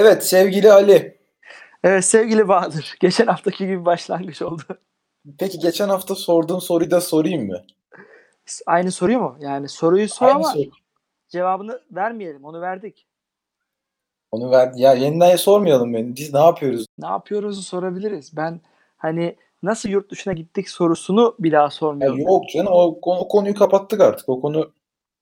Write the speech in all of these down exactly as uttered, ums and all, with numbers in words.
Evet sevgili Ali. Evet sevgili Bahadır. Geçen haftaki gibi başlangıç oldu. Peki geçen hafta sorduğum soruyu da sorayım mı? Aynı soruyu mu? Yani soruyu sor Aynı ama soru. cevabını vermeyelim. Onu verdik. Onu ver. Ya yeniden sormayalım beni. Biz ne yapıyoruz? Ne yapıyoruzu sorabiliriz. Ben hani nasıl yurt dışına gittik sorusunu bir daha Ya sormayalım dedim. yok canım o, konu- o konuyu kapattık artık. O konu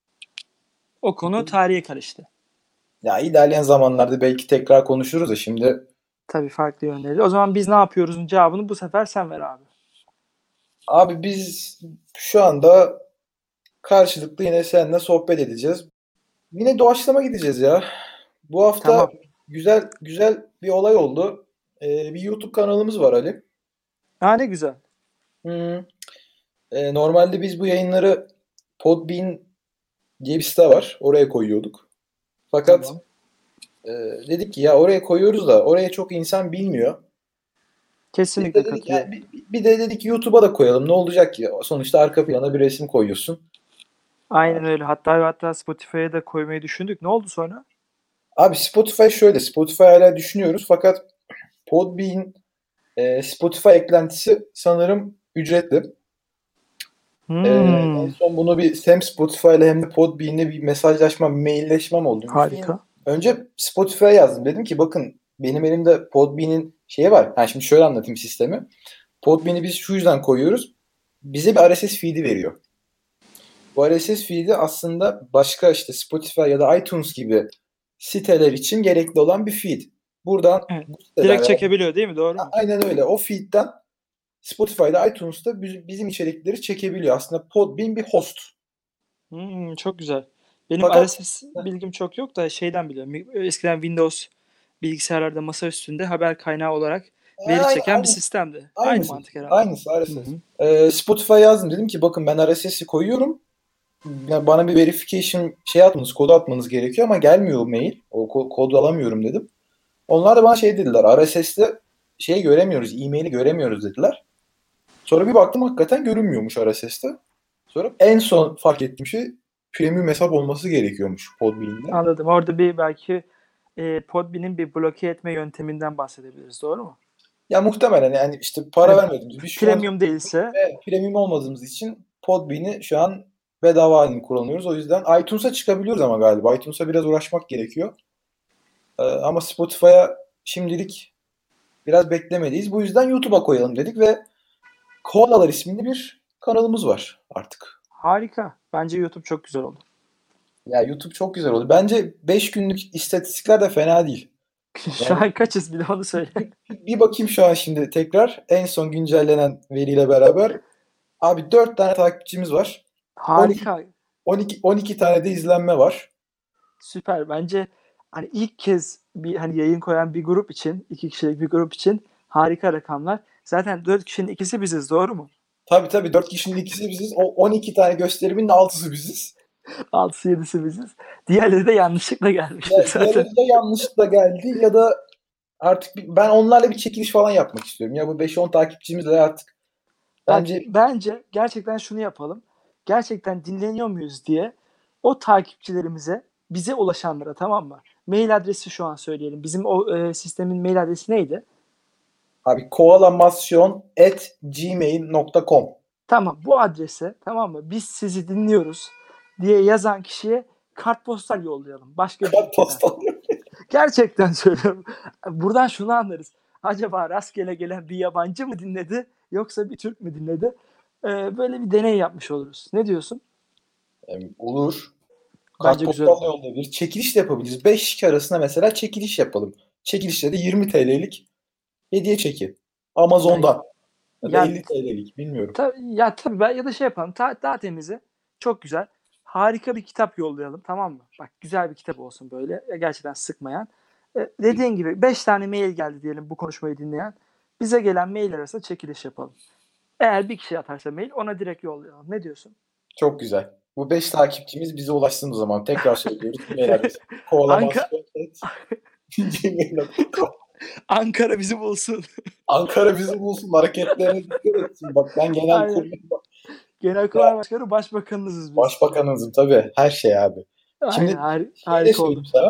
O konu tarihe karıştı. ya ilerleyen zamanlarda belki tekrar konuşuruz da şimdi Tabii farklı yönleri. O zaman biz ne yapıyoruzun cevabını bu sefer sen ver abi. abi biz şu anda karşılıklı yine seninle sohbet edeceğiz. Yine doğaçlama gideceğiz ya. Bu hafta Tamam. güzel güzel bir olay oldu. Ee, bir YouTube kanalımız var Ali. Ha ne güzel. Hmm. Ee, normalde biz bu yayınları Podbean diye bir site var. Oraya koyuyorduk. Fakat Tamam. e, dedik ki ya oraya koyuyoruz da oraya çok insan bilmiyor. Biz Kesinlikle de dedik katılıyorum. yani bir, bir de dedik YouTube'a da koyalım. Ne olacak ki? Sonuçta arka plana bir resim koyuyorsun. Aynen öyle. Hatta ve hatta Spotify'a da koymayı düşündük. Ne oldu sonra? Abi Spotify şöyle. Spotify hala düşünüyoruz. Fakat Podbean e, Spotify eklentisi sanırım ücretli. E, en Hmm, son bunu bir hem Spotify ile hem de Podbean'le bir mesajlaşma, bir mailleşmem oldu. harika. Önce Spotify'a yazdım. Dedim ki bakın benim elimde Podbean'in şeyi var. Ha şimdi şöyle anlatayım sistemi. Podbean'i biz şu yüzden koyuyoruz. Bize bir R S S feed'i veriyor. Bu R S S feed'i aslında başka işte Spotify ya da iTunes gibi siteler için gerekli olan bir feed. Buradan Evet. bu siteden Direkt veya çekebiliyor değil mi? Doğru mu? aynen öyle. O feed'den Spotify'da iTunes'ta bizim içerikleri çekebiliyor. Aslında Podbean bir host. Hmm, çok güzel. Benim Fakat R S S bilgim çok yok da şeyden biliyorum. Eskiden Windows bilgisayarlarda masa üstünde haber kaynağı olarak veri aynı, çeken bir aynı, sistemdi. Aynı aynısı. mantık herhalde. Aynısı Hı R S S. hı. Ee, Spotify'a yazdım. Dedim ki bakın ben R S S'i koyuyorum. Ya bana bir verification şey atmanız, kodu atmanız gerekiyor ama gelmiyor o mail. O ko- kodu alamıyorum dedim. Onlar da bana şey dediler. R S S'te şey göremiyoruz, e-maili göremiyoruz dediler. Sonra bir baktım hakikaten görünmüyormuş R S S'te. Sonra en son fark ettiğim şey premium hesap olması gerekiyormuş Podbean'de. Anladım. Orada bir belki e, Podbean'in bir bloke etme yönteminden bahsedebiliriz. Doğru mu? Ya muhtemelen yani işte para Hani vermediğimiz. Biz şu an premium değilse ve premium olmadığımız için Podbean'i şu an bedava halini kullanıyoruz. O yüzden iTunes'a çıkabiliyoruz ama galiba. iTunes'a biraz uğraşmak gerekiyor. Ee, ama Spotify'a şimdilik biraz beklemeliyiz. Bu yüzden YouTube'a koyalım dedik ve Koalalar isminde bir kanalımız var artık. harika. Bence YouTube çok güzel oldu. Ya YouTube çok güzel oldu. Bence beş günlük istatistikler de fena değil. Şu Yani an kaçız bir de onu söyle. bir bakayım şu an şimdi tekrar en son güncellenen veriyle beraber. Abi dört tane takipçimiz var. on iki Harika. on iki on iki tane de izlenme var. Süper. Bence hani ilk kez bir hani yayın koyan bir grup için, iki kişilik bir grup için harika rakamlar. Zaten dört kişinin ikisi biziz, doğru mu? Tabii tabii dört kişinin ikisi biziz. O on iki tane gösterimin de altısı biziz. Altısı yedisi biziz. Diğerleri de yanlışlıkla Ya, gelmiştir diğerleri zaten. ya yanlışlıkla geldi ya da artık bir- ben onlarla bir çekiliş falan yapmak istiyorum. Ya bu beş on takipçimizle artık Bak bence bence gerçekten şunu yapalım. Gerçekten dinleniyor muyuz diye o takipçilerimize, bize ulaşanlara, tamam mı? Mail adresi şu an söyleyelim. Bizim o e, sistemin mail adresi neydi? abi koalamasyon at gmail nokta com. Tamam, bu adrese, tamam mı? Biz sizi dinliyoruz diye yazan kişiye kartpostal yollayalım. Başka bir ülkeden. Kartpostal. Gerçekten söylüyorum. Buradan şunu anlarız. Acaba rastgele gelen bir yabancı mı dinledi yoksa bir Türk mü dinledi? Ee, böyle bir deney yapmış oluruz. Ne diyorsun? Yani olur. Bence güzel Kartpostal olur. da olabilir. Çekiliş de yapabiliriz. beş kişi arasında mesela çekiliş yapalım. Çekilişte de yirmi T L'lik hediye çeki. Yani, Amazon'dan. Ya da ya, elli T L'lik bilmiyorum. ta, ya tabii ben ya da şey yapalım. Ta, daha temizi. Çok güzel. Harika bir kitap yollayalım, tamam mı? Bak güzel bir kitap olsun böyle. e, Gerçekten sıkmayan. E, dediğin gibi beş tane mail geldi diyelim bu konuşmayı dinleyen. Bize gelen mail arasında çekiliş yapalım. Eğer bir kişi atarsa mail ona direkt yollayalım. Ne diyorsun? Çok güzel. Bu beş takipçimiz bize ulaşsın o zaman. Tekrar söylüyoruz. Mail adresi Anka koalamasyon at gmail nokta com. Ankara bizi bulsun. Ankara bizi bulsun. Hareketlerine dikkat etsin. Bak ben genel Aynen. kurmay Genelkurmay Başkanı, başbakanınızız biz. başbakanınızım tabii. Her şey abi. Aynen Şimdi har- şey de harika söyleyeyim olur. sana.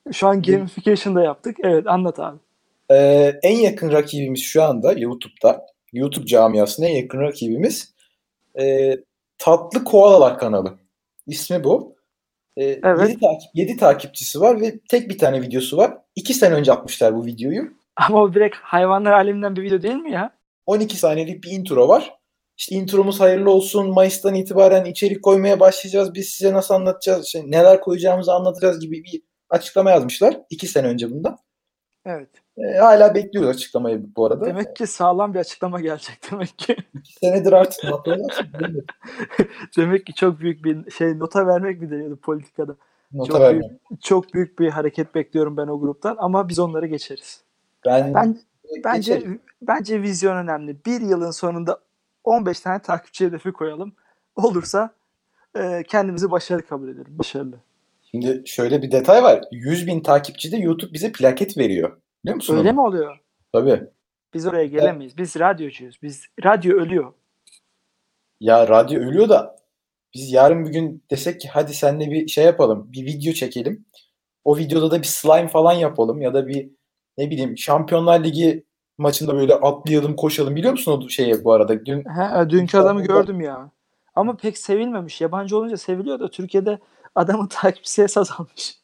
Şu an gamification da yaptık. Evet, anlat abi. Ee, en yakın rakibimiz şu anda YouTube'da. YouTube camiasında en yakın rakibimiz e, Tatlı Koalalar kanalı. İsmi bu. E, Evet. yedi takip yedi takipçisi var ve tek bir tane videosu var. iki sene önce atmışlar bu videoyu. Ama o direkt hayvanlar aleminden bir video değil mi ya? on iki saniyelik bir intro var. İşte intromuz hayırlı olsun. Mayıs'tan itibaren içerik koymaya başlayacağız. Biz size nasıl anlatacağız, işte neler koyacağımızı anlatacağız gibi bir açıklama yazmışlar. iki sene önce bundan. Evet. E, hala bekliyoruz açıklamayı bu arada. Demek ki sağlam bir açıklama gelecek demek ki. iki senedir artık ne yapıyorlar? Demek ki çok büyük bir şey, nota vermek mi deniyordu politikada? Nota Çok büyük vermem. çok büyük bir hareket bekliyorum ben o gruptan ama biz onları geçeriz. Ben, Ben bence geçerim. bence vizyon önemli. Bir yılın sonunda on beş tane takipçi hedefi koyalım. Olursa e, kendimizi başarılı kabul ederim. Başarılı. Şimdi şöyle bir detay var. yüz bin takipçide YouTube bize plaket veriyor. Biliyor musun Öyle onu? mi oluyor? Tabii. Biz oraya gelemeyiz. Biz radyocuyuz. Biz radyo ölüyor. Ya radyo ölüyor da biz yarın bir gün desek ki hadi seninle bir şey yapalım. Bir video çekelim. O videoda da bir slime falan yapalım ya da bir ne bileyim Şampiyonlar Ligi maçında böyle atlayalım, koşalım. Biliyor musun o şeyi bu arada? Dün He, dünkü adamı gördüm ya. Ama pek sevilmemiş. Yabancı olunca seviliyor da Türkiye'de adamın takipçi sayısı azalmış.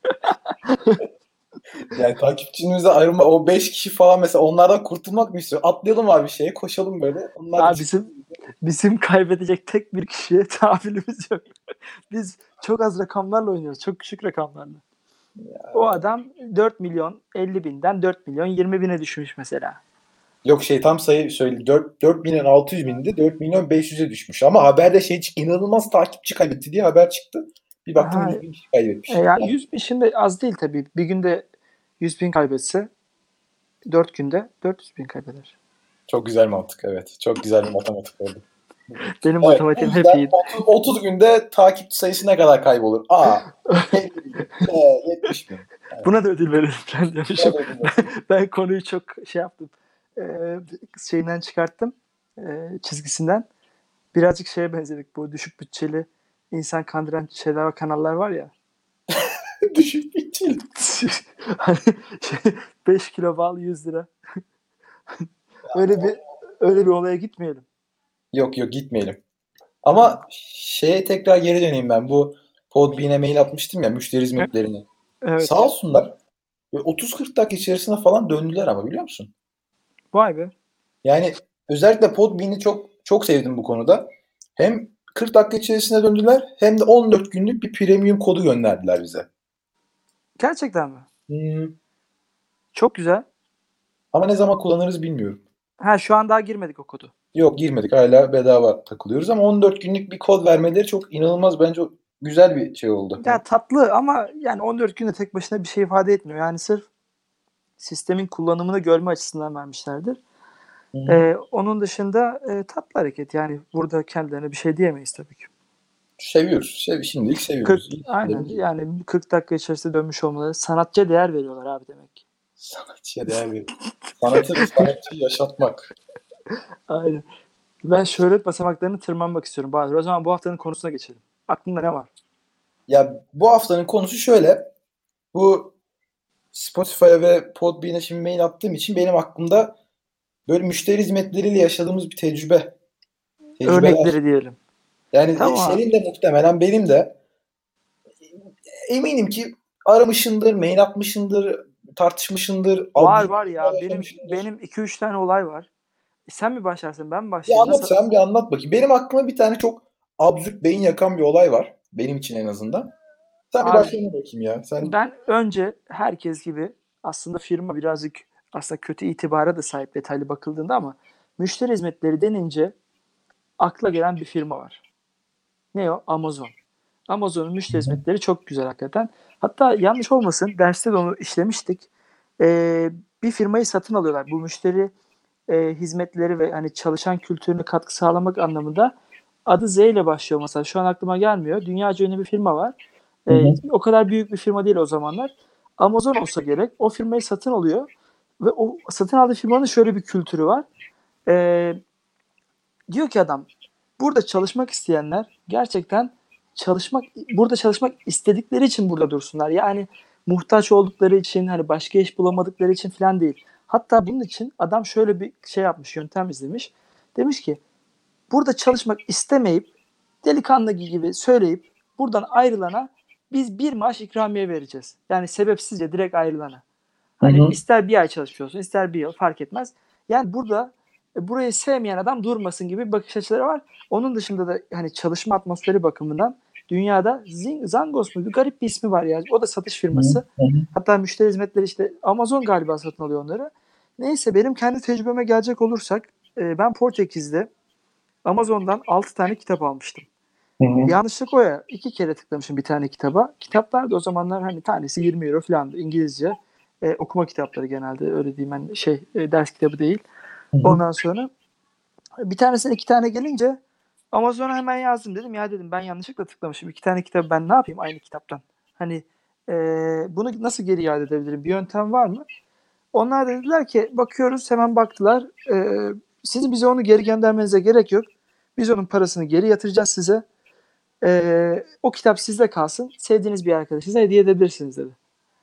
yani takipçimizle ayrılma o beş kişi falan mesela onlardan kurtulmak mı istiyor? Atlayalım abi şeye, koşalım böyle. Onlar da Abi bizim bizim kaybedecek tek bir kişiye tahammülümüz yok. Biz çok az rakamlarla oynuyoruz. Çok küçük rakamlarla. O adam dört milyon elli binden dört milyon yirmi bine düşmüş mesela. yok şey tam sayı söyle dört, dört milyon altı yüz bindi dört milyon beş yüze düşmüş. Ama haberde şey çıktı, inanılmaz takipçi kaybetti diye haber çıktı. Bir baktım Aha, yüz bin kişi kaybetmiş. e yani yüz bin şimdi az değil tabii. Bir günde yüz bin kaybetse dört günde dört yüz bin kaybeder. Çok güzel mantık, evet. Çok güzel bir matematik oldu. Benim Evet, bu matematiğim hep yüzden iyiydi. otuz, otuz günde takipçi sayısı ne kadar kaybolur? A. elli bin. B. yetmiş bin. Evet. Buna da ödül verelim ben demişim. Buna da ödül Ben, verelim. ben konuyu çok şey yaptım. Ee, şeyinden çıkarttım. E, çizgisinden. Birazcık şeye benzedik. Bu düşük bütçeli insan kandıran şeyler var, kanallar var ya. Düşük bütçeli. Hani şey, beş kilo bal yüz lira. öyle bir öyle bir olaya gitmeyelim. Yok yok gitmeyelim. Ama şeye tekrar geri döneyim ben. Bu Podbean'e mail atmıştım ya müşteri hizmetlerini. Evet. Sağ olsunlar. Ve otuz kırk dakika içerisinde falan döndüler ama biliyor musun? Vay be. Yani özellikle Podbean'i çok çok sevdim bu konuda. Hem kırk dakika içerisinde döndüler hem de on dört günlük bir premium kodu gönderdiler bize. Gerçekten mi? Hmm. Çok güzel. Ama ne zaman kullanırız bilmiyorum. Ha, şu an daha girmedik o kodu. Yok girmedik, hala bedava takılıyoruz ama on dört günlük bir kod vermeleri çok inanılmaz, bence güzel bir şey oldu. Ya tatlı ama yani on dört günde tek başına bir şey ifade etmiyor. Yani sırf sistemin kullanımını görme açısından vermişlerdir. Hı hı. Ee, onun dışında e, tatlı hareket. Yani burada kendilerine bir şey diyemeyiz tabii ki. Seviyoruz. Sev şimdilik kırk seviyoruz. aynen yani kırk dakika içerisinde dönmüş olmaları sanatçıya değer veriyorlar abi demek ki. Sanatçıya değer veriyor. Sanatı, sanatçıyı yaşatmak. Aynen. Ben şöhret basamaklarını tırmanmak istiyorum Bahadır. O zaman bu haftanın konusuna geçelim. Aklında ne var? Ya bu haftanın konusu şöyle. Bu Spotify'a ve Podbean'e şimdi mail attığım için benim aklımda böyle müşteri hizmetleriyle yaşadığımız bir tecrübe. Tecrübeler. Örnekleri diyelim. Yani Tamam. senin de muhtemelen benim de eminim ki aramışındır, mail atmışındır, tartışmışındır, Var absürt var şeyler ya. Benim yaşamışındır. benim iki üç tane olay var. E sen mi başlarsın ben mi Bir başlayayım? anlat Nasıl? sen bir anlat bakayım. Benim aklıma bir tane çok absürt, beyin yakan bir olay var. Benim için en azından. Sen bir Abi başlayana bakayım ya. Sen ben önce herkes gibi aslında firma birazcık aslında kötü itibara da sahip detaylı bakıldığında ama müşteri hizmetleri denince akla gelen bir firma var. Ne o? Amazon. Amazon'un müşteri hizmetleri çok güzel hakikaten. Hatta yanlış olmasın derste de onu işlemiştik. Ee, bir firmayı satın alıyorlar. Bu müşteri e, hizmetleri ve hani çalışan kültürüne katkı sağlamak anlamında adı Z ile başlıyor mesela. Şu an aklıma gelmiyor. Dünyaca ünlü bir firma var. Hı Ee, hı. o kadar büyük bir firma değil o zamanlar. Amazon olsa gerek. O firmayı satın alıyor ve o satın aldığı firmanın şöyle bir kültürü var. Ee, diyor ki adam burada çalışmak isteyenler gerçekten çalışmak burada çalışmak istedikleri için burada dursunlar. Yani muhtaç oldukları için, hani başka iş bulamadıkları için falan değil. Hatta bunun için adam şöyle bir şey yapmış, yöntem izlemiş. Demiş ki burada çalışmak istemeyip delikanlı gibi söyleyip buradan ayrılana biz bir maaş ikramiye vereceğiz. Yani sebepsizce direkt ayrılana. Hı Hani hı. ister bir ay çalışmış olsun, ister bir yıl fark etmez. Yani burada e, burayı sevmeyen adam durmasın gibi bir bakış açıları var. Onun dışında da hani çalışma atmosferi bakımından dünyada Zing, Zangos mu? Bir garip bir ismi var ya. O da satış Hı hı. firması. Hı hı. Hatta müşteri hizmetleri işte Amazon galiba satın alıyor onları. Neyse benim kendi tecrübeme gelecek olursak e, ben Portekiz'de Amazon'dan altı tane kitap almıştım. Hı hı. Yanlışlık o ya. iki kere tıklamışım bir tane kitaba. Kitaplar da o zamanlar hani tanesi yirmi euro falandı. İngilizce. E, okuma kitapları genelde öyle diyeyim ben şey e, ders kitabı değil. Hı hı. Ondan sonra bir tanesine iki tane gelince Amazon'a hemen yazdım dedim ya dedim ben yanlışlıkla tıklamışım. İki tane kitabı ben ne yapayım aynı kitaptan? Hani e, bunu nasıl geri iade edebilirim? Bir yöntem var mı? Onlar da dediler ki bakıyoruz hemen baktılar. E, sizin bize onu geri göndermenize gerek yok. Biz onun parasını geri yatıracağız size. Ee, o kitap sizde kalsın. Sevdiğiniz bir arkadaşınıza hediye edebilirsiniz dedi.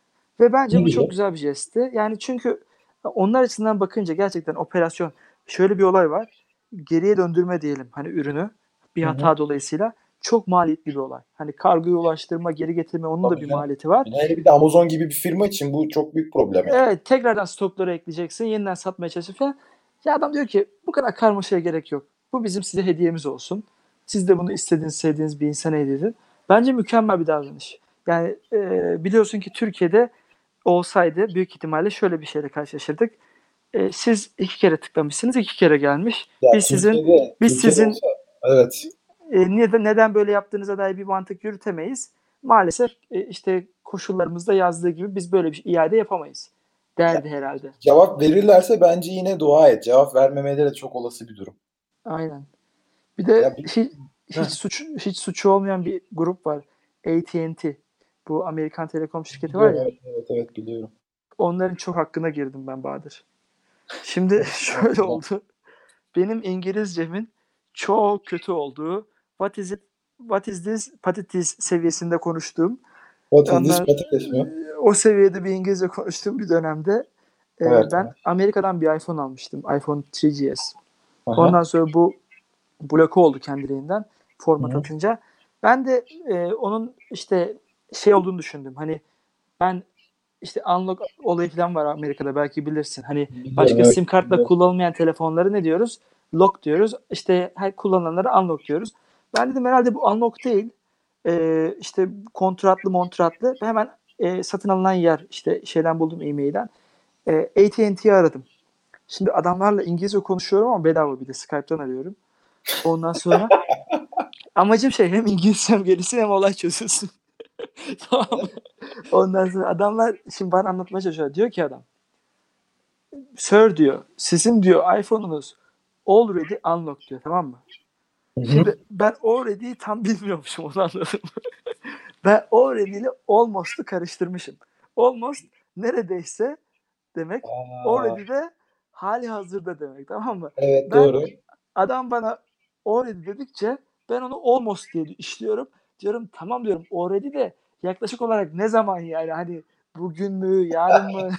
Ve bence Ne bu çok güzel. güzel bir jestti. Yani çünkü onlar açısından bakınca gerçekten operasyon şöyle bir olay var. Geriye döndürme diyelim hani ürünü bir Hı hı. hata dolayısıyla çok maliyetli bir olay. Hani kargoya ulaştırma, geri getirme onun da Tabii bir canım. maliyeti var. Yani hele bir de Amazon gibi bir firma için bu çok büyük problem yani. Evet tekrardan stokları ekleyeceksin. Yeniden satmaya çalışıyorsun falan. Ya adam diyor ki bu kadar karmaşaya gerek yok. Bu bizim size hediyemiz olsun. Siz de bunu istediğiniz, sevdiğiniz bir insana hediye edin. Bence mükemmel bir davranış. Yani e, biliyorsun ki Türkiye'de olsaydı büyük ihtimalle şöyle bir şeyle karşılaşırdık. E, siz iki kere tıklamışsınız, iki kere gelmiş. Ya Biz sizin Türkiye'de biz Türkiye'de sizin olsa evet. e, neden neden böyle yaptığınıza dair bir mantık yürütemeyiz. Maalesef e, işte koşullarımızda yazdığı gibi biz böyle bir şey, iade yapamayız. Ya, Derdi herhalde. cevap verirlerse bence yine dua et. Cevap vermemeleri de çok olası bir durum. Aynen. Bir de Ya bir, hiç, hiç heh, suç hiç suçu olmayan bir grup var. A T and T. Bu Amerikan Telekom şirketi var biliyorum, ya. evet, evet, evet, biliyorum. Onların çok hakkına girdim ben Bahadır. Şimdi şöyle oldu. Benim İngilizcemin çok kötü olduğu, what is it, what is this patates seviyesinde konuştuğum, What is this ondan patates mi? o seviyede bir İngilizce konuştuğum bir dönemde e, Evet. ben Amerika'dan bir iPhone almıştım. iPhone üç G S. Aha. Ondan sonra bu bloke oldu kendiliğinden Hı format hı. atınca. Ben de e, onun işte şey olduğunu düşündüm. Hani ben işte unlock olayı falan var Amerika'da belki bilirsin. Hani Biliyorum, başka evet. sim kartla Biliyorum. kullanılmayan telefonları ne diyoruz? Lock diyoruz. İşte her kullananlara unlock diyoruz. Ben dedim herhalde bu unlock değil. Ee, işte kontratlı montratlı. Hemen e, satın alınan yer işte şeyden buldum e-mailden. E, A T and T'yi aradım. Şimdi adamlarla İngilizce konuşuyorum ama bedava bir de Skype'tan arıyorum. Ondan sonra amacım şey hem İngilizcem gelişsin hem olay çözülsün. Tamam mı? Ondan sonra adamlar şimdi bana anlatmaya çalışıyor. Diyor ki adam Sir diyor sizin diyor iPhone'unuz already unlocked diyor tamam mı? Hı hı. Şimdi ben already'yi tam bilmiyormuşum onu anladım. Ben already ile almost'u karıştırmışım. Almost neredeyse demek. Aa, Already de hali hazırda demek tamam mı? evet, Ben doğru. adam bana already dedikçe ben onu almost diye işliyorum. Diyorum tamam diyorum already de yaklaşık olarak ne zaman yani hani bugün mü yarın mı?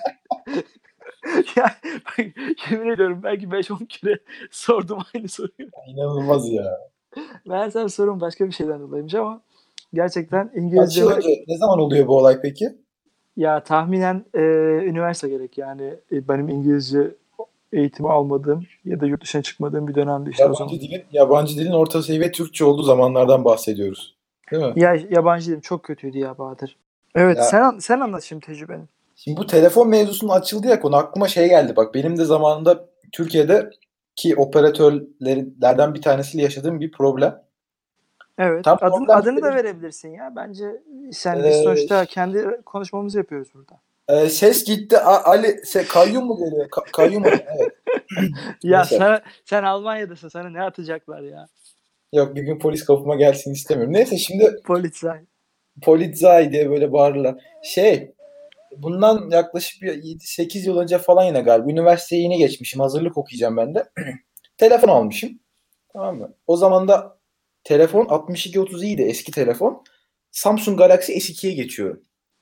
Ya bak, yemin ediyorum belki beş on kere sordum aynı soruyu. İnanılmaz ya. Meğersem sorun başka bir şeyden dolayıymış ama gerçekten Kaç yıl İngilizcemi önce, ne zaman oluyor bu olay peki? ya tahminen e, üniversite gerek yani e, benim İngilizce eğitimi almadığım ya da yurt dışına çıkmadığım bir dönemdi işte o zaman. Yabancı dilin, yabancı dilin orta seviye Türkçe olduğu zamanlardan bahsediyoruz. Değil mi? Ya yabancı dilim çok kötüydü ya Bahadır. Evet Ya sen an- sen anlat şimdi tecrübeni. şimdi bu telefon mevzusunun açıldı ya konu aklıma şey geldi. Bak benim de zamanında Türkiye'de ki operatörlerden bir tanesiyle yaşadığım bir problem. Evet Tam adın problem adını da şöyle, verebilirsin ya. Bence sen biz e, sonuçta kendi konuşmamızı yapıyoruz burada. e, ses gitti. A- Ali se, kayyum mu geliyor? Ka- kayyum mu? Evet. Ya Neyse. sana, sen Almanya'dasın sana ne atacaklar ya? Yok bir gün polis kapıma gelsin istemiyorum. Neyse şimdi Polizei. Polizei diye böyle bağırırlar. Şey bundan yaklaşık bir yedi sekiz yıl önce falan yine galiba. Üniversiteye yeni geçmişim. Hazırlık okuyacağım ben de. Telefon almışım. Tamam mı? O zaman da telefon altmış iki otuz iyiydi eski telefon. Samsung Galaxy S ikiye geçiyorum.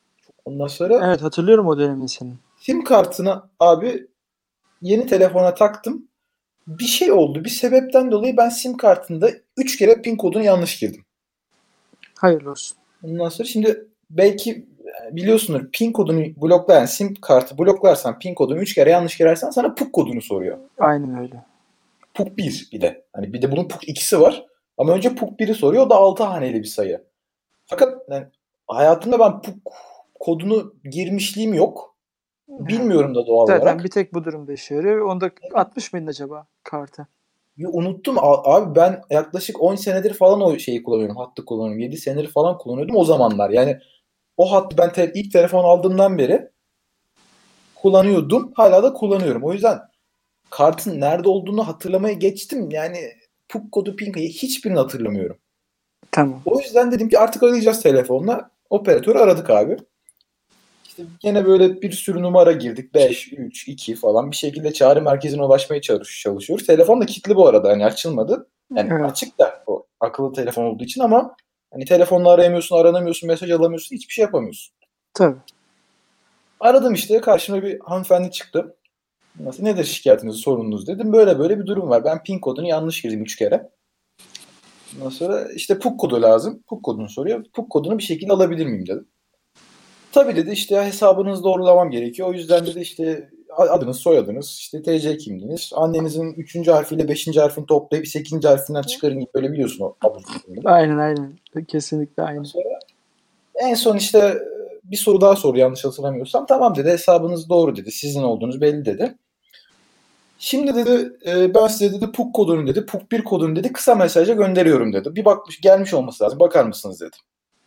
Ondan sonra Evet, hatırlıyorum o dönemi senin. sim kartını abi yeni telefona taktım. Bir şey oldu. Bir sebepten dolayı ben sim kartında üç kere pin kodunu yanlış girdim. Hayırlı olsun. Ondan sonra şimdi belki biliyorsunuz pin kodunu bloklayan sim kartı bloklarsan pin kodunu üç kere yanlış girersen sana P U K kodunu soruyor. Aynen öyle. P U K bir bir de. Hani bir de bunun P U K ikisi var. Ama önce P U K biri soruyor. O da altı haneli bir sayı. Fakat yani hayatımda ben P U K kodunu girmişliğim yok. Evet. Bilmiyorum da doğal Zaten bir olarak. tek bu durumda işe yarıyor. Onda atmış mıydın acaba kartı? Ya unuttum abi, ben yaklaşık on senedir falan o şeyi kullanıyorum. Hattı kullanıyorum. yedi senedir falan kullanıyordum o zamanlar. Yani o hattı ben te- ilk telefon aldığımdan beri kullanıyordum. Hala da kullanıyorum. O yüzden kartın nerede olduğunu hatırlamaya geçtim. Yani P U K kodu, pin kodu hiçbirini hatırlamıyorum. Tamam. O yüzden dedim ki artık arayacağız telefonla. Operatörü aradık abi. İşte gene böyle bir sürü numara girdik. beş, üç, iki falan bir şekilde çağrı merkezine ulaşmaya çalış çalışıyoruz. Telefon da kilitli bu arada. Hani açılmadı. Yani Evet. açık da o akıllı telefon olduğu için ama hani telefonla arayamıyorsun, aranamıyorsun, mesaj alamıyorsun, hiçbir şey yapamıyorsun. Tabii. Aradım işte, karşıma bir hanımefendi çıktı. Nasıl, nedir şikayetiniz, sorununuz dedim. Böyle böyle bir durum var. Ben pin kodunu yanlış girdim üç kere. Ondan sonra işte P U K kodu lazım. P U K kodunu soruyor. P U K kodunu bir şekilde alabilir miyim dedim. Tabii dedi, işte hesabınızı doğrulamam gerekiyor. O yüzden dedi işte adınız, soyadınız, işte T C kimliğiniz, annenizin üçüncü harfiyle beşinci harfini toplayıp sekizinci harfinden çıkarın gibi, böyle biliyorsun o abur cuburunu. Aynen aynen. Kesinlikle Ondan aynı. sonra en son işte bir soru daha soru, yanlış hatırlamıyorsam. Tamam dedi, hesabınız doğru dedi. Sizin olduğunuz belli dedi. Şimdi dedi e, ben size dedi P U K kodunu dedi, P U K bir kodunu dedi kısa mesajla gönderiyorum dedi. Bir bakmış, gelmiş olması lazım. Bakar mısınız dedi.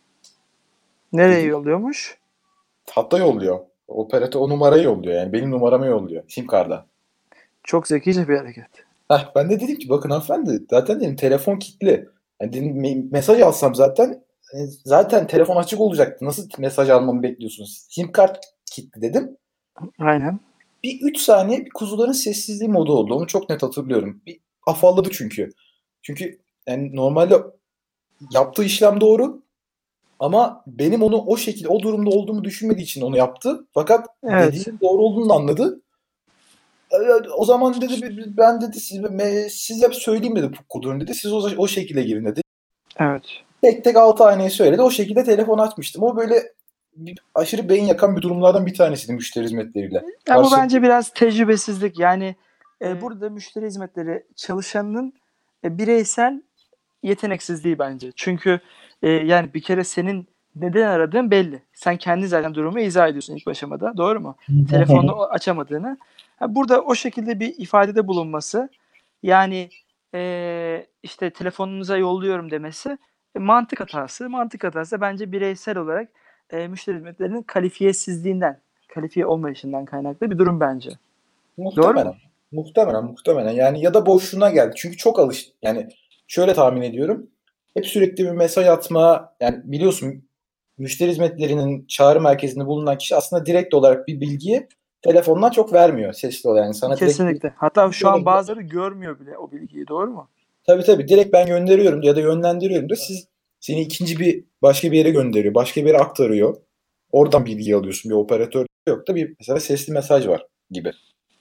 Nereye Dedim. yolluyormuş? Hatta yolluyor. Operatör o numarayı yolluyor, yani benim numaramı yolluyor sim kartla. Çok zekice bir hareket. Heh, ben de dedim ki bakın hanımefendi, zaten dedim telefon kilitli. Yani dedim, me- mesaj alsam zaten e, zaten telefon açık olacaktı. Nasıl mesaj almamı bekliyorsunuz? Sim kart kilitli dedim. Aynen. Bir üç saniye bir kuzuların sessizliği modu oldu. Onu çok net hatırlıyorum. Bir afalladı çünkü. Çünkü yani normalde yaptığı işlem doğru ama benim onu o şekilde, o durumda olduğumu düşünmediği için onu yaptı. Fakat Evet. dediğinin doğru olduğunu anladı. Evet, o zaman dedi ben dedi size, size söyleyeyim dedi P U K kodunu dedi. Siz o, o şekilde girin dedi. Evet. Tek tek altı haneye söyledi. O şekilde telefon açmıştım. O böyle bir, aşırı beyin yakan bir durumlardan bir tanesiydi müşteri hizmetleriyle. Ya bu Karşı bence biraz tecrübesizlik. Yani e, burada müşteri hizmetleri çalışanının e, bireysel yeteneksizliği bence. Çünkü e, yani bir kere senin neden aradığın belli. Sen kendi zaten durumu izah ediyorsun ilk aşamada. Doğru mu? Telefonunu açamadığını. Ha, burada o şekilde bir ifadede bulunması, yani e, işte telefonunuza yolluyorum demesi e, mantık hatası. Mantık hatası bence bireysel olarak e, müşteri hizmetlerinin kalifiyesizliğinden, kalifiye olmayışından kaynaklı bir durum bence. Doğru muhtemelen. mu? Muhtemelen, muhtemelen. Yani ya da boşluğuna geldi. Çünkü çok alıştı. Yani şöyle tahmin ediyorum. Hep sürekli bir mesaj atma. Yani biliyorsun müşteri hizmetlerinin çağrı merkezinde bulunan kişi aslında direkt olarak bir bilgiyi telefondan çok vermiyor sesli olarak. Yani sana direkt bir Kesinlikle. Hatta şu an bilgi. bazıları görmüyor bile o bilgiyi. Doğru mu? Tabii tabii, direkt ben gönderiyorum ya da yönlendiriyorum da siz, seni ikinci bir başka bir yere gönderiyor. Başka bir yere aktarıyor. Oradan bilgi alıyorsun. Bir operatör yok da bir mesela sesli mesaj var gibi.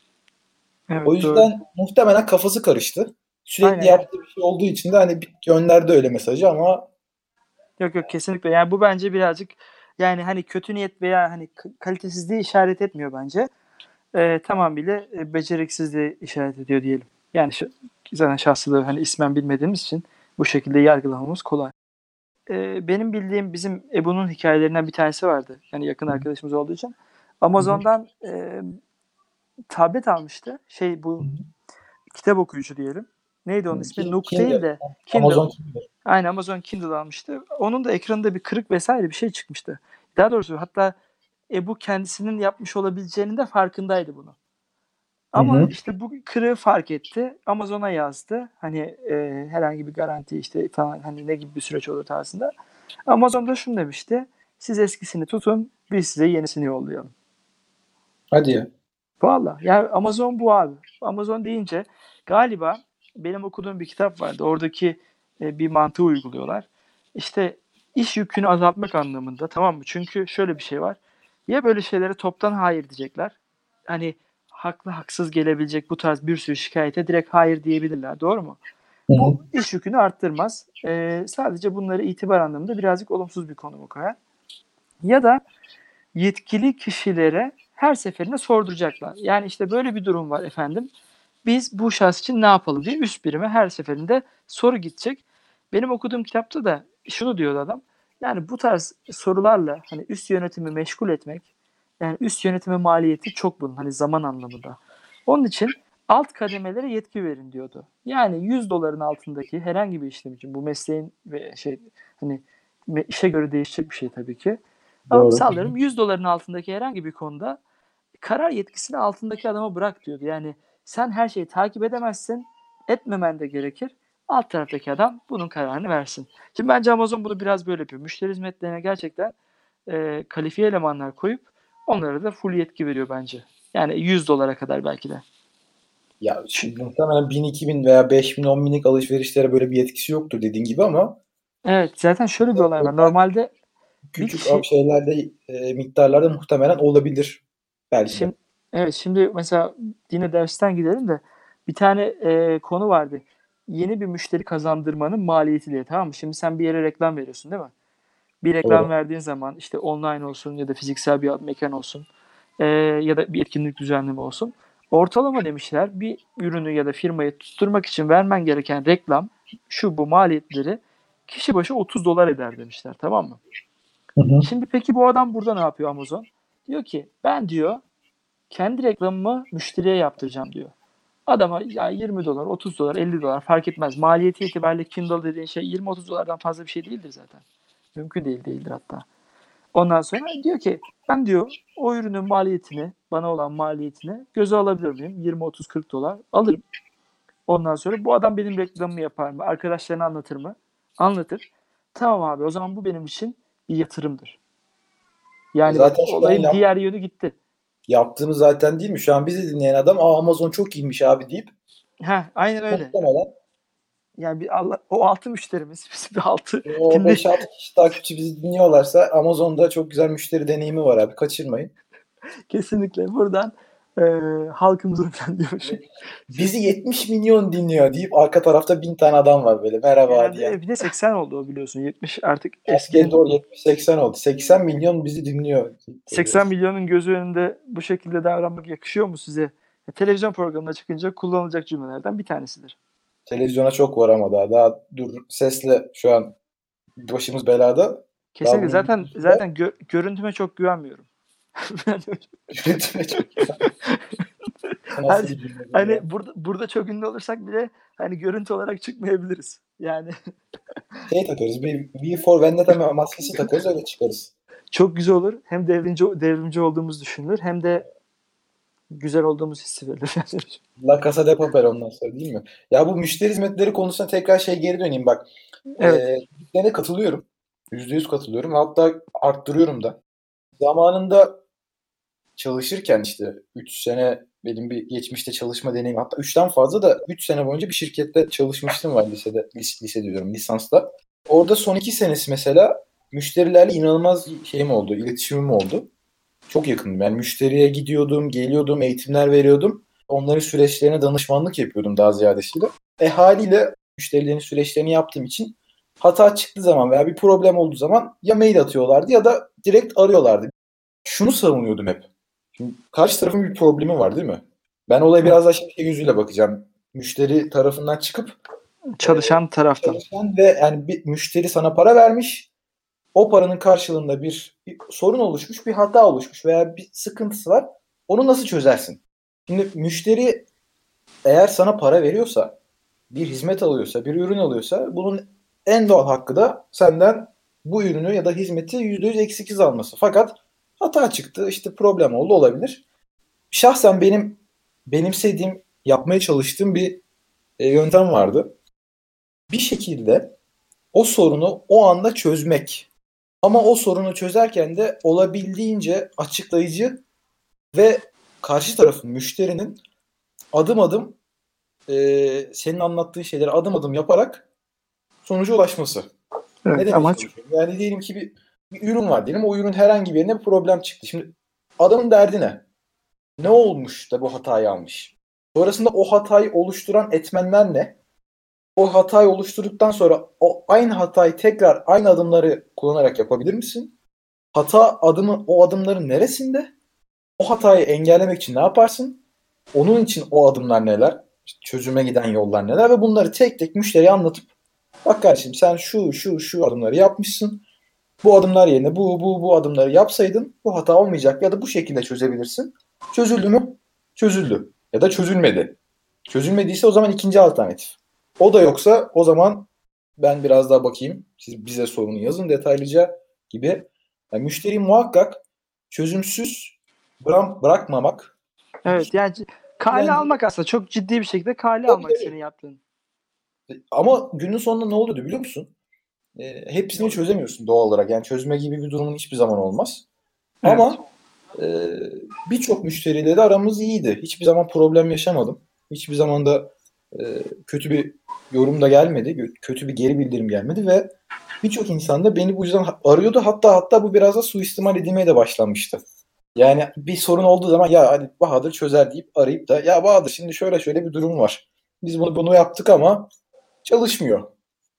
O Evet, doğru. yüzden muhtemelen kafası karıştı. Sürekli Aynen. yaptığı bir şey olduğu için de hani bir gönderdi öyle mesajı ama Yok yok, kesinlikle. Yani bu bence birazcık, yani hani kötü niyet veya hani k- kalitesizliği işaret etmiyor bence. Ee, tamamıyla e, beceriksizliği işaret ediyor diyelim. Yani şu, zaten şahsılığı hani ismen bilmediğimiz için bu şekilde yargılamamız kolay. Ee, benim bildiğim bizim Ebu'nun hikayelerinden bir tanesi vardı. Yani yakın arkadaşımız olduğu için. hı hı, Amazon'dan e, tablet almıştı. Şey, hı bu hı. kitap okuyucu diyelim. Neydi onun ismi? Ki- Nook değil Kindle. de Kindle. Amazon Kindle. Aynen, Amazon Kindle almıştı. Onun da ekranında bir kırık vesaire bir şey çıkmıştı. Daha doğrusu hatta Ebu kendisinin yapmış olabileceğinin de farkındaydı bunu. Hı Ama hı. işte bu kırığı fark etti. Amazon'a yazdı. Hani e, herhangi bir garanti işte falan, hani ne gibi bir süreç olur tarzında. Amazon da şunu demişti: siz eskisini tutun, biz size yenisini yollayalım. Hadi ya. Valla yani Amazon bu abi. Amazon deyince galiba benim okuduğum bir kitap vardı. Oradaki e, bir mantığı uyguluyorlar. İşte iş yükünü azaltmak anlamında, tamam mı? Çünkü şöyle bir şey var. Ya böyle şeylere toptan hayır diyecekler. Hani haklı haksız gelebilecek bu tarz bir sürü şikayete direkt hayır diyebilirler. Doğru mu? Hı hı. Bu iş yükünü arttırmaz. Ee, sadece bunları itibar anlamında birazcık olumsuz bir konuma koyar. Ya da yetkili kişilere her seferinde sorduracaklar. Yani işte böyle bir durum var efendim. Biz bu şahıs için ne yapalım diye üst birime her seferinde soru gidecek. Benim okuduğum kitapta da şunu diyordu adam. Yani bu tarz sorularla hani üst yönetimi meşgul etmek, yani üst yönetime maliyeti çok bunun hani zaman anlamında. Onun için alt kademelere yetki verin diyordu. Yani yüz doların altındaki herhangi bir işlem için bu mesleğin ve şey hani işe göre değişecek bir şey tabii ki. Ama Doğru. sallıyorum yüz doların altındaki herhangi bir konuda karar yetkisini altındaki adama bırak diyordu. Yani sen her şeyi takip edemezsin, etmemen de gerekir. Alt taraftaki adam bunun kararını versin. Şimdi bence Amazon bunu biraz böyle yapıyor. Müşteri hizmetlerine gerçekten e, kalifiye elemanlar koyup onlara da full yetki veriyor bence. Yani yüz dolara kadar belki de. Ya şimdi muhtemelen bin, iki bin veya beş bin, on binlik alışverişlere böyle bir yetkisi yoktur dediğin gibi ama Evet, zaten şöyle bir olay var. özel Normalde bir küçük kişi şeylerde e, miktarlarda muhtemelen olabilir belki de. şimdi evet şimdi mesela yine dersten gidelim de bir tane e, konu vardı. Yeni bir müşteri kazandırmanın maliyeti diye, tamam mı? Şimdi sen bir yere reklam veriyorsun değil mi? Bir reklam Doğru. verdiğin zaman işte online olsun ya da fiziksel bir mekan olsun e, ya da bir etkinlik düzenleme olsun. Ortalama demişler bir ürünü ya da firmayı tutturmak için vermen gereken reklam şu bu maliyetleri kişi başı otuz dolar eder demişler, tamam mı? Hı hı. Şimdi peki bu adam burada ne yapıyor Amazon? Diyor ki ben diyor kendi reklamımı müşteriye yaptıracağım diyor. Adama ya yirmi dolar, otuz dolar, elli dolar fark etmez. Maliyeti itibariyle Kindle dediğin şey yirmi otuz dolardan fazla bir şey değildir zaten. Mümkün değil değildir hatta. Ondan sonra diyor ki ben diyor o ürünün maliyetini, bana olan maliyetini göze alabilir miyim? yirmi otuz kırk dolar alırım. Ondan sonra bu adam benim reklamımı yapar mı? Arkadaşlarına anlatır mı? Anlatır. Tamam abi, o zaman bu benim için bir yatırımdır. Yani bak Zaten şu an olayın yap, diğer yönü gitti. yaptığımız zaten değil mi? Şu an bizi dinleyen adam Aa, Amazon çok iyiymiş abi deyip Heh, aynen öyle. muhtemelen Yani bir Allah, o altı müşterimiz, bizim bir altı o dinle beş altı kişi takipçi bizi dinliyorlarsa Amazon'da çok güzel müşteri deneyimi var abi. Kaçırmayın. kesinlikle buradan e, halkımıza falan diyormuşum. Bizi Siz yetmiş milyon dinliyor deyip arka tarafta bin tane adam var böyle merhaba diyen. genelde bir de seksen oldu o, biliyorsun. yetmiş artık Erkeğe eskinin doğru yetmiş seksen oldu. seksen milyon bizi dinliyor. seksen milyonun gözü önünde bu şekilde davranmak yakışıyor mu size? Ya, televizyon programına çıkınca kullanılacak cümlelerden bir tanesidir. Televizyona çok var ama daha. Daha dur sesle şu an başımız belada. Daha Kesinlikle bunun zaten üstünde zaten gö- görüntüme çok güvenmiyorum. üretime çok Hani, nasıl bir cümle bu hani ya? burada burada çok ünlü olursak bile hani görüntü olarak çıkmayabiliriz. Yani Şey takarız. Bir V for Vendetta maskesi takarız öyle çıkarız. çok güzel olur. Hem devrimci devrimci olduğumuz düşünülür hem de güzel olduğumuz hissi verilir. La Casa de Papel ondan sonra değil mi? Ya bu müşteri hizmetleri konusuna tekrar şey geri döneyim bak. Evet. Eee dediklerine katılıyorum. yüzde yüz katılıyorum. Hatta arttırıyorum da. Zamanında çalışırken işte üç sene benim bir geçmişte çalışma deneyimim. Hatta üçten fazla da üç sene boyunca bir şirkette çalışmıştım var lisede. Lise, lise diyorum lisansta. Orada son iki senesi mesela müşterilerle inanılmaz şeyim oldu, iletişimim oldu. Çok yakındım. Yani müşteriye gidiyordum, geliyordum, eğitimler veriyordum. Onların süreçlerine danışmanlık yapıyordum daha ziyadesiyle. E haliyle müşterilerin süreçlerini yaptığım için hata çıktığı zaman veya bir problem olduğu zaman ya mail atıyorlardı ya da direkt arıyorlardı. Şunu savunuyordum hep. Şimdi karşı tarafın bir problemi var değil mi? Ben olaya Evet. biraz daha şey gözüyle bakacağım. Müşteri tarafından çıkıp e, Çalışan taraftan. çalışan ve yani bir müşteri sana para vermiş. O paranın karşılığında bir, bir sorun oluşmuş, bir hata oluşmuş veya bir sıkıntısı var. Onu nasıl çözersin? Şimdi müşteri eğer sana para veriyorsa, bir hizmet alıyorsa, bir ürün alıyorsa bunun en doğal hakkı da senden bu ürünü ya da hizmeti yüzde yüz eksiksiz alması. Fakat hata çıktı, işte problem oldu olabilir. Şahsen benim benimsediğim, yapmaya çalıştığım bir e, yöntem vardı. Bir şekilde o sorunu o anda çözmek. Ama o sorunu çözerken de olabildiğince açıklayıcı ve karşı tarafın, müşterinin adım adım e, senin anlattığın şeyleri adım adım yaparak sonuca ulaşması. Ne Evet, demeye amaç çalışıyorum? Yani diyelim ki bir, bir ürün var diyelim. O ürün herhangi bir yerine bir problem çıktı. Şimdi Adamın derdi ne? Ne olmuş da bu hatayı almış? Sonrasında o hatayı oluşturan etmenler ne? O hatayı oluşturduktan sonra o aynı hatayı tekrar aynı adımları kullanarak yapabilir misin? Hata adımı o adımların neresinde? O hatayı engellemek için ne yaparsın? Onun için o adımlar neler? İşte çözüme giden yollar neler? Ve bunları tek tek müşteriye anlatıp bak kardeşim sen şu şu şu adımları yapmışsın. Bu adımlar yerine bu bu bu adımları yapsaydın bu hata olmayacak ya da bu şekilde çözebilirsin. Çözüldü mü? Çözüldü. Ya da çözülmedi. Çözülmediyse o zaman ikinci alternatif. O da yoksa o zaman ben biraz daha bakayım. Siz bize sorunu yazın detaylıca gibi. Yani müşteriyi muhakkak çözümsüz bırak, bırakmamak. Evet yani c- kale almak aslında çok ciddi bir şekilde kale Tabii, almak tabii. senin yaptığın. Ama günün sonunda ne oluyordu biliyor musun? E, hepsini çözemiyorsun doğal olarak. Yani çözme gibi bir durumun hiçbir zaman olmaz. Evet. Ama e, birçok müşteriyle de aramız iyiydi. Hiçbir zaman problem yaşamadım. Hiçbir zaman da e, kötü bir yorum da gelmedi. Kötü bir geri bildirim gelmedi ve birçok insan da beni bu yüzden arıyordu. Hatta hatta bu biraz da suistimal edilmeye de başlanmıştı. Yani bir sorun olduğu zaman ya hadi Bahadır çözer deyip arayıp da ya Bahadır şimdi şöyle şöyle bir durum var. Biz bunu bunu yaptık ama çalışmıyor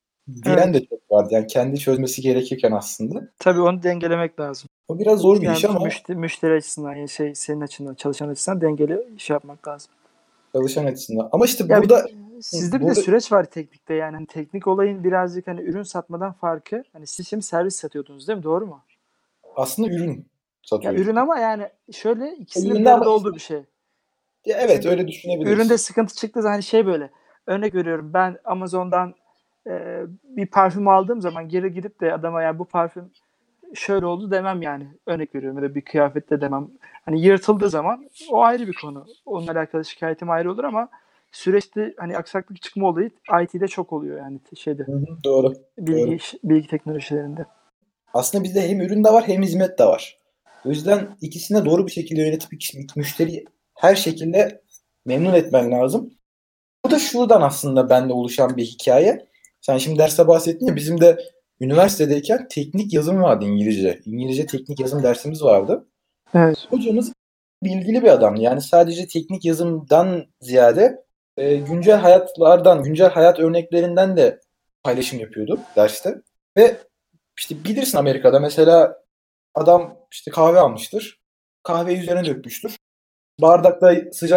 diyen Evet. de çok vardı. Yani kendi çözmesi gerekirken aslında. Tabii onu dengelemek lazım. O biraz zor bir iş Yani ama müşteri, müşteri açısından yani şey senin açından çalışan açısından dengeli iş yapmak lazım. çalışan açısından. Ama işte Ya bir, burada sizde bir de burada süreç var teknikte yani hani teknik olayın birazcık hani ürün satmadan farkı. Hani siz şimdi servis satıyordunuz değil mi? Doğru mu? aslında ürün Ya satıyoruz. ürün ama yani şöyle ikisinin bir Üründe ama arada olduğu bir şey. ya evet Şimdi öyle üründe düşünebiliriz. sıkıntı çıktığı zaman hani şey böyle örnek veriyorum ben Amazon'dan e, bir parfüm aldığım zaman geri gidip de adama yani bu parfüm şöyle oldu demem yani. Örnek veriyorum ya da bir kıyafette demem. Hani yırtıldığı zaman o ayrı bir konu. Onunla alakalı şikayetim ayrı olur ama süreçte hani aksaklık çıkma olayı I T'de çok oluyor yani şeyde. Hı hı, doğru. Bilgi Doğru. bilgi teknolojilerinde. Aslında bizde hem ürün de var hem hizmet de var. O yüzden ikisini de doğru bir şekilde yönetip müşteriyi her şekilde memnun etmen lazım. Bu da şuradan aslında bende oluşan bir hikaye. Sen şimdi derste bahsettin ya bizim de üniversitedeyken teknik yazım vardı İngilizce. İngilizce teknik yazım dersimiz vardı. Evet. Hocamız bilgili bir adam. Yani sadece teknik yazımdan ziyade e, güncel hayatlardan, güncel hayat örneklerinden de paylaşım yapıyordu derste. Ve işte bilirsin Amerika'da mesela adam işte kahve almıştır. Kahveyi üzerine dökmüştür. Bardakta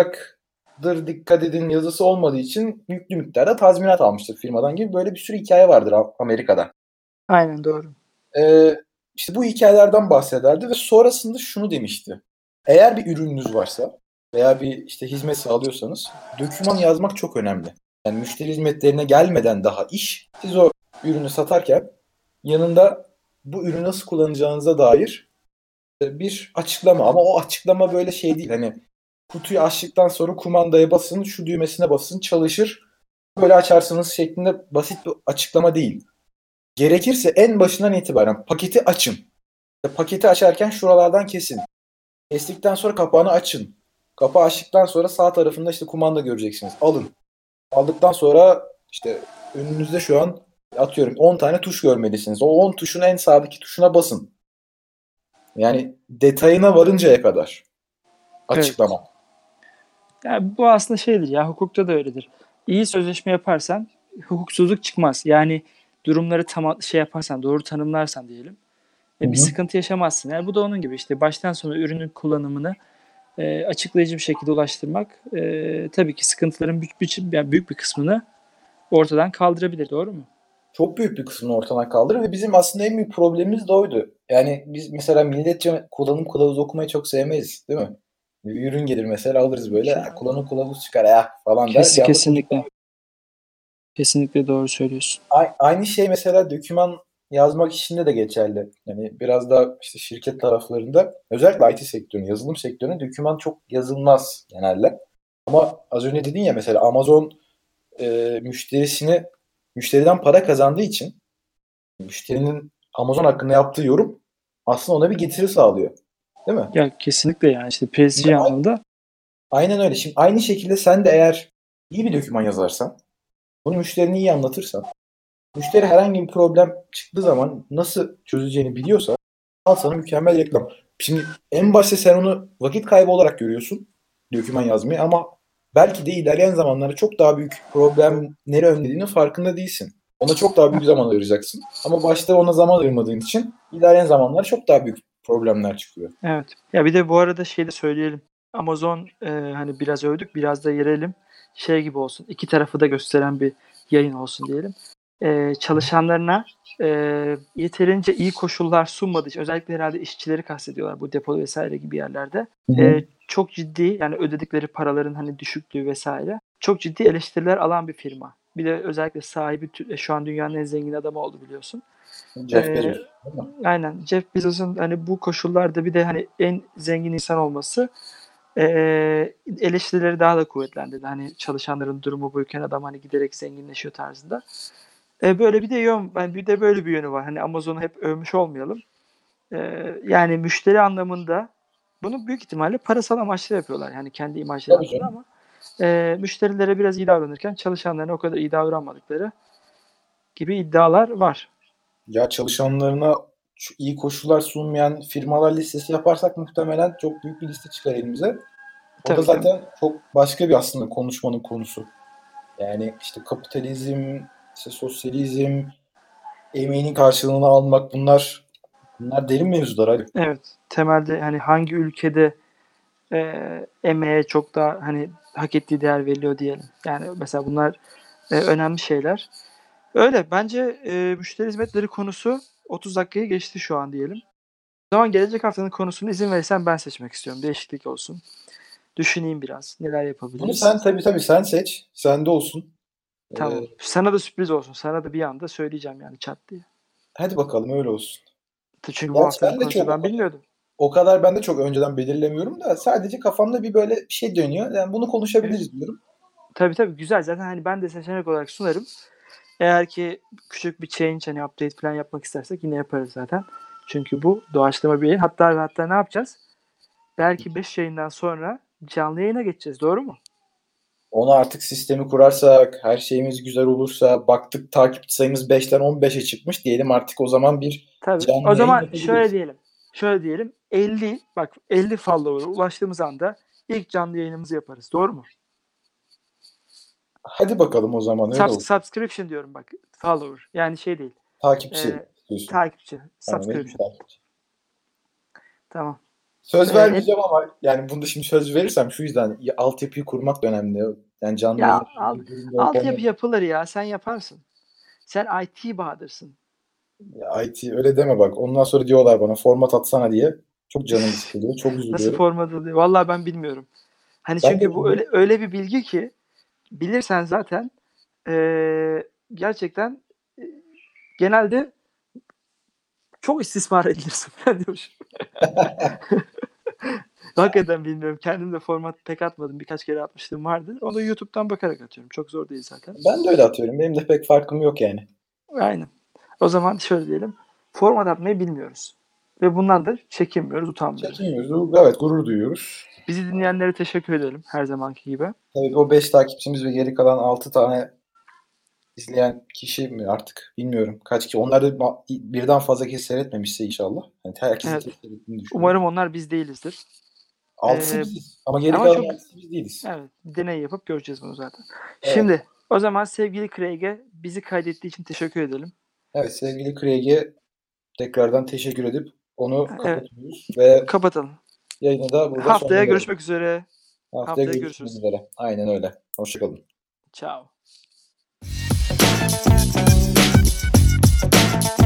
sıcaktır dikkat edin yazısı olmadığı için yüklü miktarda tazminat almıştır firmadan gibi böyle bir sürü hikaye vardır Amerika'da. Aynen doğru. Ee, işte bu hikayelerden bahsederdi ve sonrasında şunu demişti. Eğer bir ürününüz varsa veya bir işte hizmet sağlıyorsanız doküman yazmak çok önemli. Yani müşteri hizmetlerine gelmeden daha iş, siz o ürünü satarken yanında bu ürünü nasıl kullanacağınıza dair bir açıklama. Ama o açıklama böyle şey değil. Hani kutuyu açtıktan sonra kumandaya basın, şu düğmesine basın, çalışır. Böyle açarsınız şeklinde basit bir açıklama değil. Gerekirse en başından itibaren paketi açın. Paketi açarken şuralardan kesin. Kestikten sonra kapağını açın. Kapağı açtıktan sonra sağ tarafında işte kumanda göreceksiniz. Alın. Aldıktan sonra işte önünüzde şu an atıyorum on tane tuş görmelisiniz. O on tuşun en sağdaki tuşuna basın. Yani detayına varıncaya kadar Evet. açıklama. Yani bu aslında şeydir ya hukukta da öyledir. İyi sözleşme yaparsan hukuksuzluk çıkmaz. Yani durumları tam şey yaparsan doğru tanımlarsan diyelim. Hı E, bir hı. sıkıntı yaşamazsın. Yani bu da onun gibi işte baştan sona ürünün kullanımını e, açıklayıcı bir şekilde ulaştırmak e, tabii ki sıkıntıların büyük bir, yani büyük bir kısmını ortadan kaldırabilir. Doğru mu? Çok büyük bir kısmını ortadan kaldırır ve bizim aslında en büyük problemimiz de oydu. Yani biz mesela milletçe kullanım kılavuzu okumayı çok sevmeyiz, değil mi? Bir ürün gelir mesela alırız böyle "Ha, kullanım kılavuzu çıkar ya falan der. Kes, Bir anda kesinlikle. Kesinlikle doğru söylüyorsun. A- aynı şey mesela doküman yazmak işinde de geçerli. Yani biraz da işte şirket taraflarında özellikle I T sektörünün, yazılım sektörünün doküman çok yazılmaz genelde. Ama az önce dedin ya mesela Amazon e, müşterisini müşteriden para kazandığı için müşterinin Amazon hakkında yaptığı yorum aslında ona bir getiri sağlıyor. Değil mi? Ya kesinlikle yani işte Şimdi prestij a- anlamında aynen öyle. Şimdi aynı şekilde sen de eğer iyi bir doküman yazarsan, bunu müşterine iyi anlatırsan, müşteri herhangi bir problem çıktığı zaman nasıl çözeceğini biliyorsa Al sana mükemmel reklam. Şimdi en başta sen onu vakit kaybı olarak görüyorsun. Doküman yazmayı ama belki de ilerleyen zamanlarda çok daha büyük problemleri önlediğinin farkında değilsin. Ona çok daha büyük zaman ayıracaksın. Ama başta ona zaman ayırmadığın için ilerleyen zamanlarda çok daha büyük problemler çıkıyor. Evet. Ya bir de bu arada şey de söyleyelim. Amazon e, hani biraz övdük, biraz da yerelim. Şey gibi olsun. İki tarafı da gösteren bir yayın olsun diyelim. E, çalışanlarına e, yeterince iyi koşullar sunmadığı için, özellikle herhalde işçileri kastediyorlar bu depo vesaire gibi yerlerde. Hı hı. E, çok ciddi, yani ödedikleri paraların hani düşüklüğü vesaire, çok ciddi eleştiriler alan bir firma. Bir de özellikle sahibi tü- şu an dünyanın en zengin adamı oldu biliyorsun. Jeff Ee, Bezos. Değil mi? aynen Jeff Bezos'un hani bu koşullarda bir de hani en zengin insan olması ee, eleştirileri daha da kuvvetlendirdi. Hani çalışanların durumu buyken adam hani giderek zenginleşiyor tarzında. Ee, böyle bir de yön, yani bir de böyle bir yönü var. Hani Amazon'u hep övmüş olmayalım. Ee, yani müşteri anlamında bunu büyük ihtimalle parasal amaçlı yapıyorlar. Yani kendi imajları Tabii adına canım. ama e, müşterilere biraz iyi davranırken çalışanlarına o kadar iyi davranmadıkları gibi iddialar var. Ya çalışanlarına şu iyi koşullar sunmayan firmalar listesi yaparsak muhtemelen çok büyük bir liste çıkar elimize. O da Tabii tabii. zaten çok başka bir aslında konuşmanın konusu. Yani işte kapitalizm, işte sosyalizm, emeğinin karşılığını almak bunlar bunlar derin mevzular abi. Evet. Temelde hani hangi ülkede e, emeğe çok daha hani hak ettiği değer veriliyor diyelim. Yani mesela bunlar e, önemli şeyler. Öyle. Bence e, müşteri hizmetleri konusu otuz dakikayı geçti şu an diyelim. O zaman gelecek haftanın konusunu izin verirsen ben seçmek istiyorum. Değişiklik olsun. Düşüneyim biraz. Neler Bunu yapabiliriz? sen tabii tabii sen seç. Sende olsun. Ee, Tamam. Sana da sürpriz olsun. Sana da bir anda söyleyeceğim yani çat diye. hadi bakalım öyle olsun. Çünkü bu Gerçi haftanın ben de konusu çok ben bilmiyordum. o kadar ben de çok önceden belirlemiyorum da sadece kafamda bir böyle bir şey dönüyor. Yani bunu Evet. konuşabiliriz diyorum. Tabii tabii güzel. Zaten hani ben de seçenek olarak sunarım. Eğer ki küçük bir change hani update falan yapmak istersek yine yaparız zaten. Çünkü bu doğaçlama bir yayın. Hatta hatta ne yapacağız? Belki beş yayından sonra canlı yayına geçeceğiz. Doğru mu? Onu artık sistemi kurarsak, her şeyimiz güzel olursa, baktık takipçi sayımız beşten on beşe çıkmış diyelim artık o zaman bir Tabii. O canlı yayın zaman şöyle yapabiliriz. diyelim. Şöyle diyelim. elli bak elli follower'a ulaştığımız anda ilk canlı yayınımızı yaparız. Doğru mu? Hadi bakalım o zaman öyle Sub- olsun. subscription diyorum bak. Follower. Yani şey değil. Takipçi Ee, diyorsun. takipçi. Tamam, elli Subscription. takipçi. Tamam. Söz Ee, el- vermeyeceğim ama yani bunda şimdi söz verirsem şu yüzden ya, altyapıyı kurmak da önemli. Yani canlı ya yayın alt, bir durumda olup altyapı olmadığını. yapılır ya. Sen yaparsın. Sen I T Bahadır'sın. Ya I T öyle deme bak. Ondan sonra diyorlar bana format atsana diye. Çok canım sıkılıyor. Çok Nasıl üzülüyorum. format oluyor? Vallahi ben bilmiyorum. Hani Ben de çünkü bu bilmiyorum. öyle öyle bir bilgi ki bilirsen zaten eee, gerçekten eee, genelde çok istismar edilirsin. Ben diyormuşum. Hakikaten bilmiyorum. Kendim de format pek atmadım. Birkaç kere atmışlığım vardı. Onu YouTube'dan bakarak atıyorum. Çok zor değil zaten. Ben de öyle atıyorum. Benim de pek farkım yok yani. Aynen. O zaman şöyle diyelim. Format atmayı bilmiyoruz. Ve bundan da çekinmiyoruz, utanmıyoruz. Çekiniyoruz. Evet, gurur duyuyoruz. Bizi dinleyenlere teşekkür edelim her zamanki gibi. Evet, o beş takipçimiz ve geri kalan altı tane izleyen kişi mi artık bilmiyorum kaç kişi. Onlar da ma- birden fazla kez seyretmemişse inşallah. Yani herkesin Evet. tek seyrettiğini düşünüyorum. Umarım onlar biz değilizdir. Altısı Ee, biziz. Ama geri ama kalan çok altısı biz değiliz. evet, deney yapıp göreceğiz bunu zaten. Evet. Şimdi o zaman sevgili Craig'e bizi kaydettiği için teşekkür edelim. Evet, sevgili Craig'e tekrardan teşekkür edip onu Evet, kapatıyoruz ve kapatalım. yayını da burada Haftaya sonlandıralım. görüşmek üzere. Haftaya Haftaya görüşmek görüşürüz. üzere. Aynen öyle. Hoşçakalın. Ciao.